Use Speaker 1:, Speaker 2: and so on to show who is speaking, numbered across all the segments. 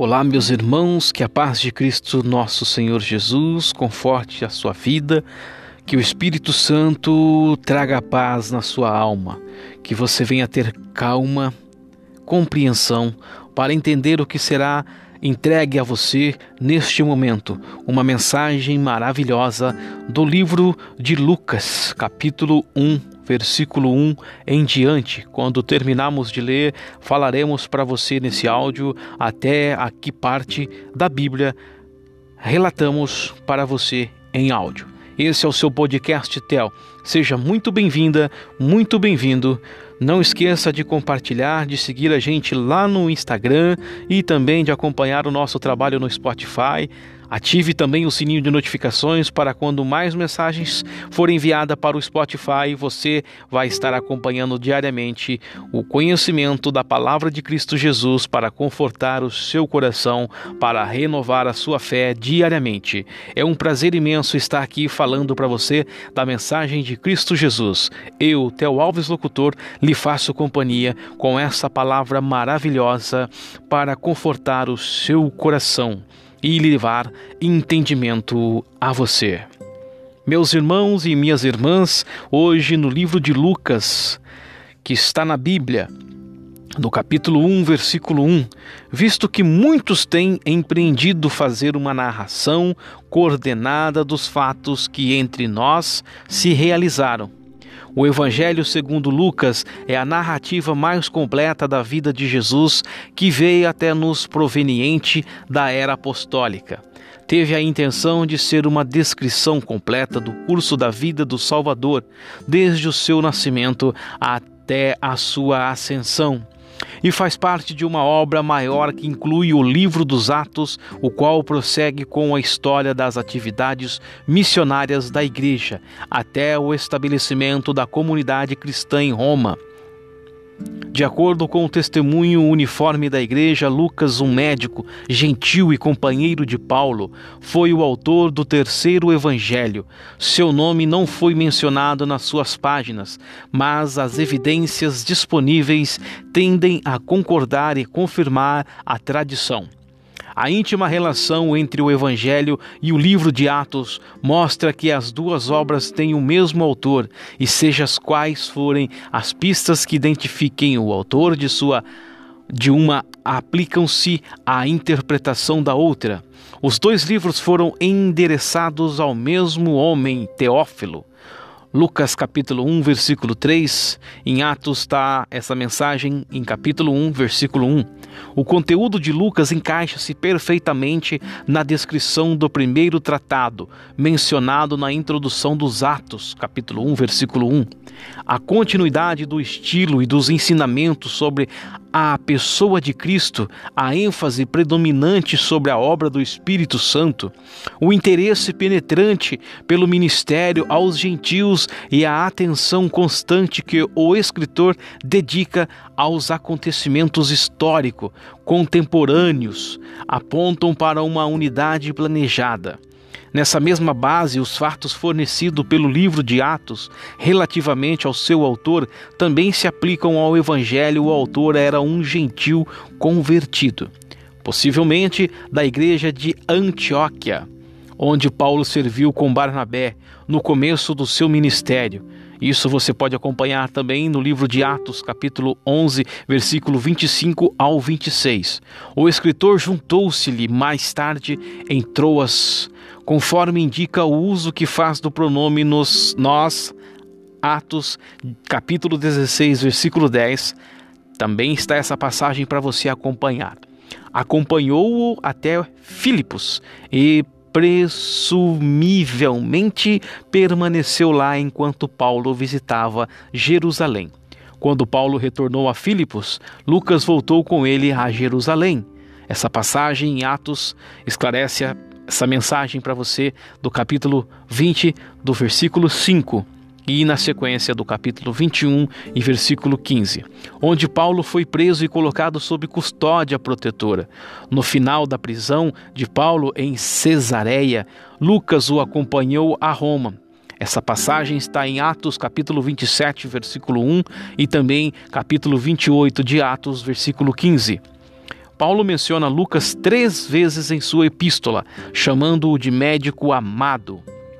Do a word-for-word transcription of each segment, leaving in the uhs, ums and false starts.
Speaker 1: Olá, meus irmãos, que a paz de Cristo nosso Senhor Jesus conforte a sua vida, que o Espírito Santo traga paz na sua alma, que você venha ter calma, compreensão para entender o que será entregue a você neste momento, uma mensagem maravilhosa do livro de Lucas, capítulo um, versículo um em diante. Quando terminarmos de ler, falaremos para você nesse áudio até a que parte da Bíblia relatamos para você em áudio. Esse é o seu podcast T E L. Seja muito bem-vinda, muito bem-vindo. Não esqueça de compartilhar, de seguir a gente lá no Instagram e também de acompanhar o nosso trabalho no Spotify. Ative também o sininho de notificações para quando mais mensagens forem enviadas para o Spotify, você vai estar acompanhando diariamente o conhecimento da Palavra de Cristo Jesus para confortar o seu coração, para renovar a sua fé diariamente. É um prazer imenso estar aqui falando para você da mensagem de Cristo Jesus. Eu, Theo Alves Locutor, lhe faço companhia com essa palavra maravilhosa para confortar o seu coração e levar entendimento a você. Meus irmãos e minhas irmãs, hoje no livro de Lucas, que está na Bíblia, no capítulo um, versículo um, visto que muitos têm empreendido fazer uma narração coordenada dos fatos que entre nós se realizaram. O Evangelho segundo Lucas é a narrativa mais completa da vida de Jesus que veio até nos proveniente da era apostólica. Teve a intenção de ser uma descrição completa do curso da vida do Salvador, desde o seu nascimento até a sua ascensão. E faz parte de uma obra maior que inclui o livro dos Atos, o qual prossegue com a história das atividades missionárias da Igreja, até o estabelecimento da comunidade cristã em Roma. De acordo com o testemunho uniforme da Igreja, Lucas, um médico, gentil e companheiro de Paulo, foi o autor do terceiro Evangelho. Seu nome não foi mencionado nas suas páginas, mas as evidências disponíveis tendem a concordar e confirmar a tradição. A íntima relação entre o Evangelho e o livro de Atos mostra que as duas obras têm o mesmo autor, e seja as quais forem as pistas que identifiquem o autor de sua de uma, aplicam-se à interpretação da outra. Os dois livros foram endereçados ao mesmo homem, Teófilo. Lucas capítulo um, versículo três, em Atos está essa mensagem em capítulo um, versículo um. O conteúdo de Lucas encaixa-se perfeitamente na descrição do primeiro tratado, mencionado na introdução dos Atos, capítulo um, versículo um. A continuidade do estilo e dos ensinamentos sobre a pessoa de Cristo, a ênfase predominante sobre a obra do Espírito Santo, o interesse penetrante pelo ministério aos gentios e a atenção constante que o escritor dedica aos acontecimentos históricos contemporâneos apontam para uma unidade planejada. Nessa mesma base, os fatos fornecidos pelo livro de Atos, relativamente ao seu autor, também se aplicam ao Evangelho. O autor era um gentil convertido, possivelmente da igreja de Antioquia, onde Paulo serviu com Barnabé no começo do seu ministério. Isso você pode acompanhar também no livro de Atos, capítulo onze, versículo vinte e cinco ao vinte e seis. O escritor juntou-se-lhe mais tarde em Troas, conforme indica o uso que faz do pronome nos nós. Atos, capítulo dezesseis, versículo dez. Também está essa passagem para você acompanhar. Acompanhou-o até Filipos e presumivelmente permaneceu lá enquanto Paulo visitava Jerusalém. Quando Paulo retornou a Filipos, Lucas voltou com ele a Jerusalém. Essa passagem em Atos esclarece essa mensagem para você do capítulo vinte, do versículo cinco. E na sequência do capítulo vinte e um e versículo quinze, onde Paulo foi preso e colocado sob custódia protetora. No final da prisão de Paulo em Cesareia, Lucas o acompanhou a Roma. Essa passagem está em Atos capítulo vinte e sete, versículo um e também capítulo vinte e oito de Atos, versículo quinze. Paulo menciona Lucas três vezes em sua epístola, chamando-o de médico amado,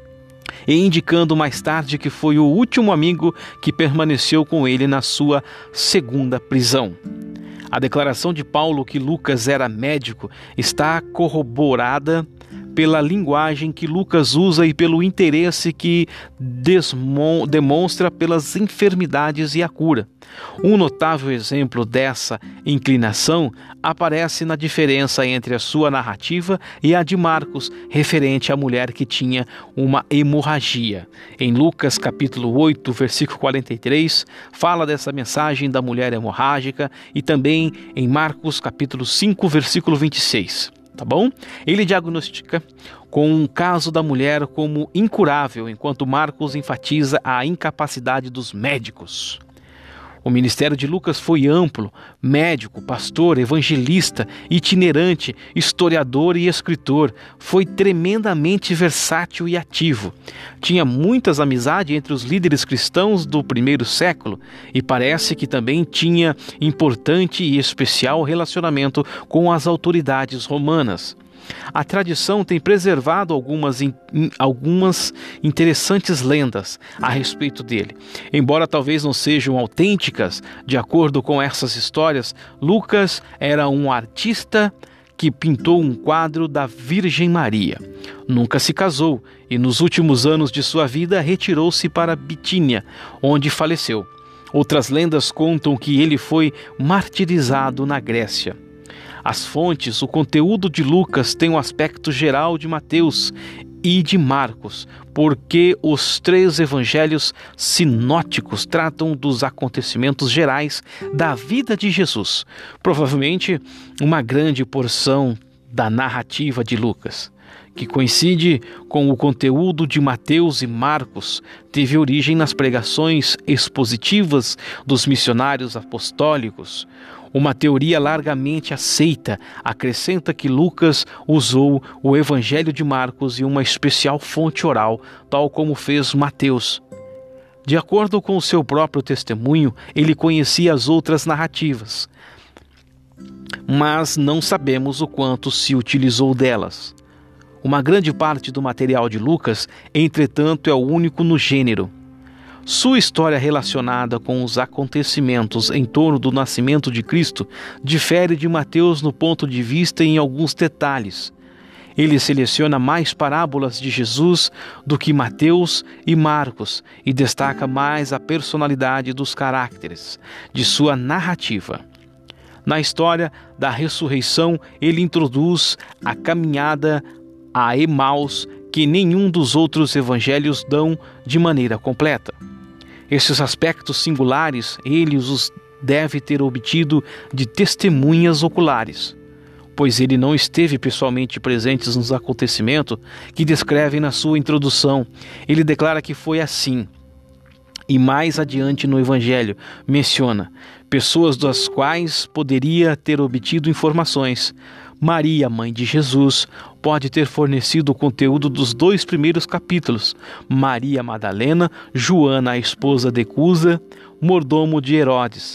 Speaker 1: e indicando mais tarde que foi o último amigo que permaneceu com ele na sua segunda prisão. A declaração de Paulo que Lucas era médico está corroborada pela linguagem que Lucas usa e pelo interesse que demonstra pelas enfermidades e a cura. Um notável exemplo dessa inclinação aparece na diferença entre a sua narrativa e a de Marcos, referente à mulher que tinha uma hemorragia. Em Lucas capítulo oito, versículo quarenta e três, fala dessa mensagem da mulher hemorrágica, e também em Marcos capítulo cinco, versículo vinte e seis. Tá bom? Ele diagnostica com o caso da mulher como incurável, enquanto Marcos enfatiza a incapacidade dos médicos. O ministério de Lucas foi amplo: médico, pastor, evangelista, itinerante, historiador e escritor. Foi tremendamente versátil e ativo. Tinha muitas amizades entre os líderes cristãos do primeiro século e parece que também tinha importante e especial relacionamento com as autoridades romanas. A tradição tem preservado algumas, algumas interessantes lendas a respeito dele. Embora talvez não sejam autênticas, de acordo com essas histórias, Lucas era um artista que pintou um quadro da Virgem Maria. Nunca se casou e nos últimos anos de sua vida retirou-se para Bitínia, onde faleceu. Outras lendas contam que ele foi martirizado na Grécia. As fontes, o conteúdo de Lucas tem um aspecto geral de Mateus e de Marcos, porque os três evangelhos sinóticos tratam dos acontecimentos gerais da vida de Jesus. Provavelmente, uma grande porção da narrativa de Lucas, que coincide com o conteúdo de Mateus e Marcos, teve origem nas pregações expositivas dos missionários apostólicos. Uma teoria largamente aceita acrescenta que Lucas usou o Evangelho de Marcos e uma especial fonte oral, tal como fez Mateus. De acordo com o seu próprio testemunho, ele conhecia as outras narrativas, mas não sabemos o quanto se utilizou delas. Uma grande parte do material de Lucas, entretanto, é o único no gênero. Sua história relacionada com os acontecimentos em torno do nascimento de Cristo difere de Mateus no ponto de vista e em alguns detalhes. Ele seleciona mais parábolas de Jesus do que Mateus e Marcos e destaca mais a personalidade dos caracteres de sua narrativa. Na história da ressurreição, ele introduz a caminhada a Emaús, que nenhum dos outros evangelhos dão de maneira completa. Esses aspectos singulares ele os deve ter obtido de testemunhas oculares, pois ele não esteve pessoalmente presente nos acontecimentos que descreve na sua introdução. Ele declara que foi assim. E mais adiante no Evangelho menciona pessoas das quais poderia ter obtido informações. Maria, mãe de Jesus, pode ter fornecido o conteúdo dos dois primeiros capítulos. Maria Madalena, Joana, a esposa de Cusa, mordomo de Herodes,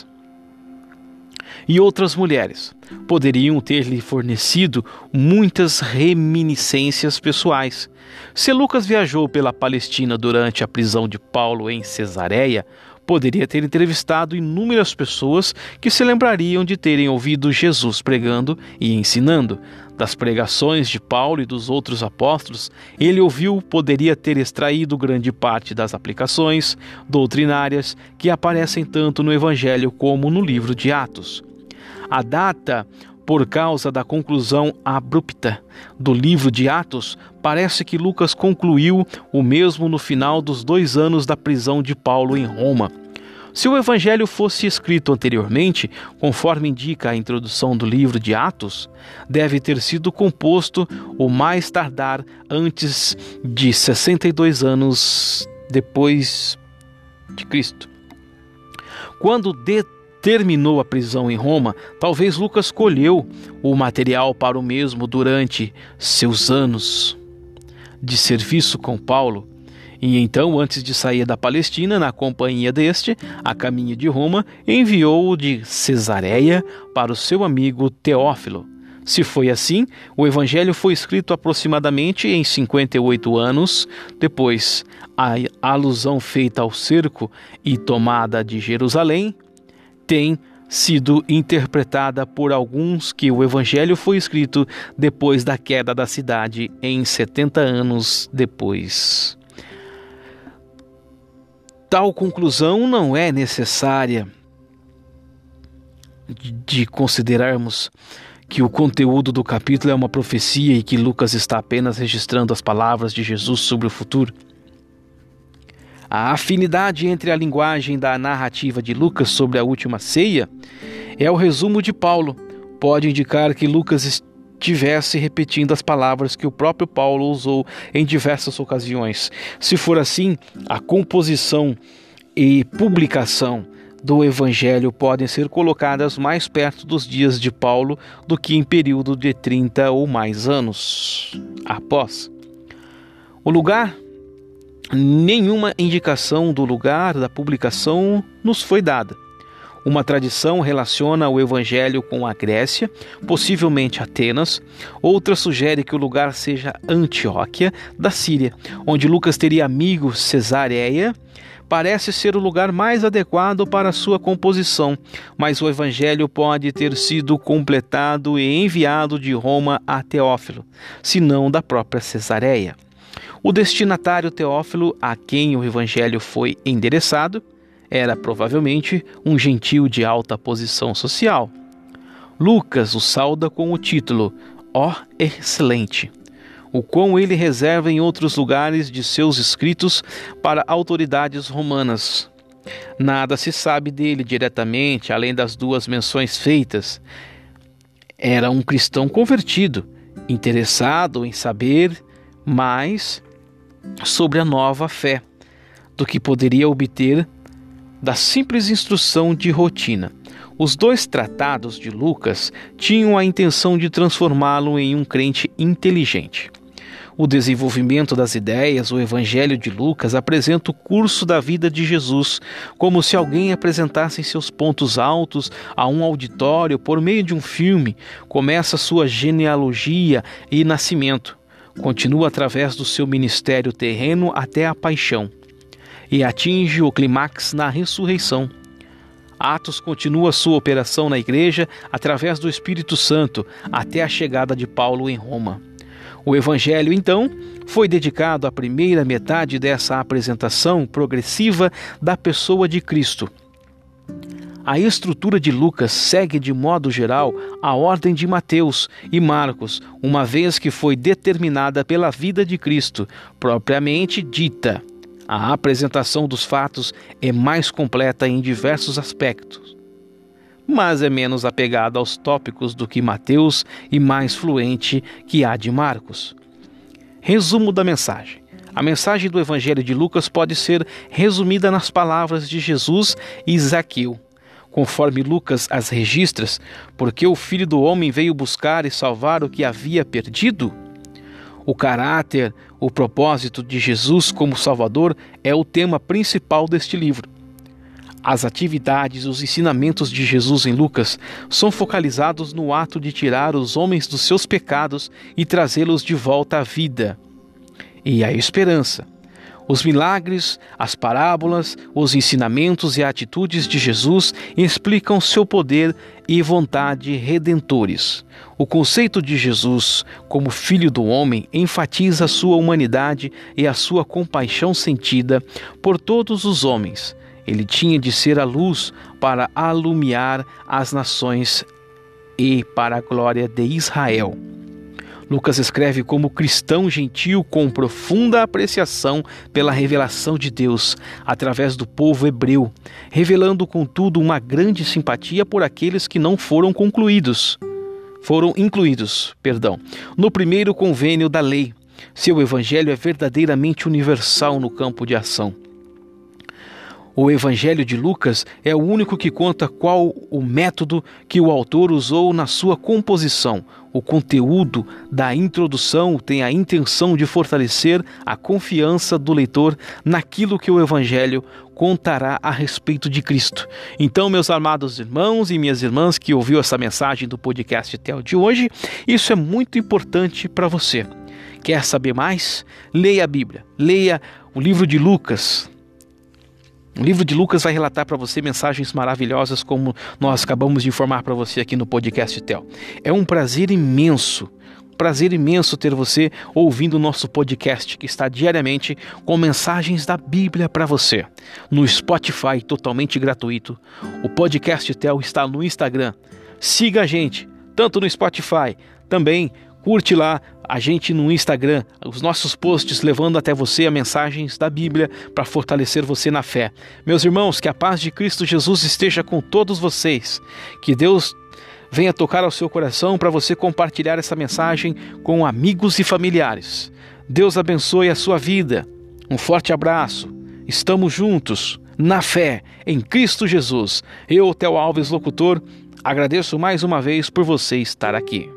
Speaker 1: e outras mulheres poderiam ter-lhe fornecido muitas reminiscências pessoais. Se Lucas viajou pela Palestina durante a prisão de Paulo em Cesareia, poderia ter entrevistado inúmeras pessoas que se lembrariam de terem ouvido Jesus pregando e ensinando. Das pregações de Paulo e dos outros apóstolos, ele ouviu, poderia ter extraído grande parte das aplicações doutrinárias que aparecem tanto no Evangelho como no livro de Atos. A data, por causa da conclusão abrupta do livro de Atos, parece que Lucas concluiu o mesmo no final dos dois anos da prisão de Paulo em Roma. Se o Evangelho fosse escrito anteriormente, conforme indica a introdução do livro de Atos, deve ter sido composto o mais tardar antes de sessenta e dois anos depois de Cristo. Quando de terminou a prisão em Roma, talvez Lucas colheu o material para o mesmo durante seus anos de serviço com Paulo E então, antes de sair da Palestina, na companhia deste, a caminho de Roma, enviou-o de Cesareia para o seu amigo Teófilo. Se foi assim, o Evangelho foi escrito aproximadamente em cinquenta e oito anos depois. A alusão feita ao cerco e tomada de Jerusalém tem sido interpretada por alguns que o Evangelho foi escrito depois da queda da cidade, em setenta anos depois. Tal conclusão não é necessária de considerarmos que o conteúdo do capítulo é uma profecia e que Lucas está apenas registrando as palavras de Jesus sobre o futuro. A afinidade entre a linguagem da narrativa de Lucas sobre a última ceia é o resumo de Paulo. Pode indicar que Lucas estivesse repetindo as palavras que o próprio Paulo usou em diversas ocasiões. Se for assim, a composição e publicação do Evangelho podem ser colocadas mais perto dos dias de Paulo do que em período de trinta ou mais anos após. O lugar, nenhuma indicação do lugar da publicação nos foi dada. Uma tradição relaciona o Evangelho com a Grécia, possivelmente Atenas. Outra sugere que o lugar seja Antioquia, da Síria, onde Lucas teria amigos. Cesareia parece ser o lugar mais adequado para sua composição, mas o Evangelho pode ter sido completado e enviado de Roma a Teófilo, se não da própria Cesareia. O destinatário Teófilo, a quem o Evangelho foi endereçado, era provavelmente um gentio de alta posição social. Lucas o sauda com o título Ó Excelente, o qual ele reserva em outros lugares de seus escritos para autoridades romanas. Nada se sabe dele diretamente, além das duas menções feitas. Era um cristão convertido, interessado em saber mais sobre a nova fé do que poderia obter da simples instrução de rotina. Os dois tratados de Lucas tinham a intenção de transformá-lo em um crente inteligente. O desenvolvimento das ideias, o Evangelho de Lucas apresenta o curso da vida de Jesus, como se alguém apresentasse seus pontos altos a um auditório por meio de um filme. Começa sua genealogia e nascimento, continua através do seu ministério terreno até a paixão, e atinge o clímax na ressurreição. Atos continua sua operação na igreja através do Espírito Santo até a chegada de Paulo em Roma. O Evangelho, então, foi dedicado à primeira metade dessa apresentação progressiva da pessoa de Cristo. A estrutura de Lucas segue de modo geral a ordem de Mateus e Marcos, uma vez que foi determinada pela vida de Cristo, propriamente dita. A apresentação dos fatos é mais completa em diversos aspectos, mas é menos apegada aos tópicos do que Mateus e mais fluente que a de Marcos. Resumo da mensagem. A mensagem do Evangelho de Lucas pode ser resumida nas palavras de Jesus e Zaqueu, conforme Lucas as registra, porque o Filho do Homem veio buscar e salvar o que havia perdido. O caráter, o propósito de Jesus como Salvador é o tema principal deste livro. As atividades e os ensinamentos de Jesus em Lucas são focalizados no ato de tirar os homens dos seus pecados e trazê-los de volta à vida e à esperança. Os milagres, as parábolas, os ensinamentos e atitudes de Jesus explicam seu poder e vontade redentores. O conceito de Jesus como Filho do Homem enfatiza a sua humanidade e a sua compaixão sentida por todos os homens. Ele tinha de ser a luz para alumiar as nações e para a glória de Israel. Lucas escreve como cristão gentil com profunda apreciação pela revelação de Deus através do povo hebreu, revelando contudo uma grande simpatia por aqueles que não foram concluídos, foram incluídos, perdão, no primeiro convênio da lei. Seu evangelho é verdadeiramente universal no campo de ação. O Evangelho de Lucas é o único que conta qual o método que o autor usou na sua composição. O conteúdo da introdução tem a intenção de fortalecer a confiança do leitor naquilo que o Evangelho contará a respeito de Cristo. Então, meus amados irmãos e minhas irmãs que ouviu essa mensagem do podcast T E L de hoje, isso é muito importante para você. Quer saber mais? Leia a Bíblia, leia o livro de Lucas. O livro de Lucas vai relatar para você mensagens maravilhosas como nós acabamos de informar para você aqui no podcast T E L. É um prazer imenso, um prazer imenso ter você ouvindo o nosso podcast que está diariamente com mensagens da Bíblia para você. No Spotify, totalmente gratuito. O podcast T E L está no Instagram. Siga a gente, tanto no Spotify, também curte lá a gente no Instagram, os nossos posts levando até você a mensagens da Bíblia para fortalecer você na fé. Meus irmãos, que a paz de Cristo Jesus esteja com todos vocês. Que Deus venha tocar ao seu coração para você compartilhar essa mensagem com amigos e familiares. Deus abençoe a sua vida. Um forte abraço. Estamos juntos na fé em Cristo Jesus. Eu, Theo Alves, locutor, agradeço mais uma vez por você estar aqui.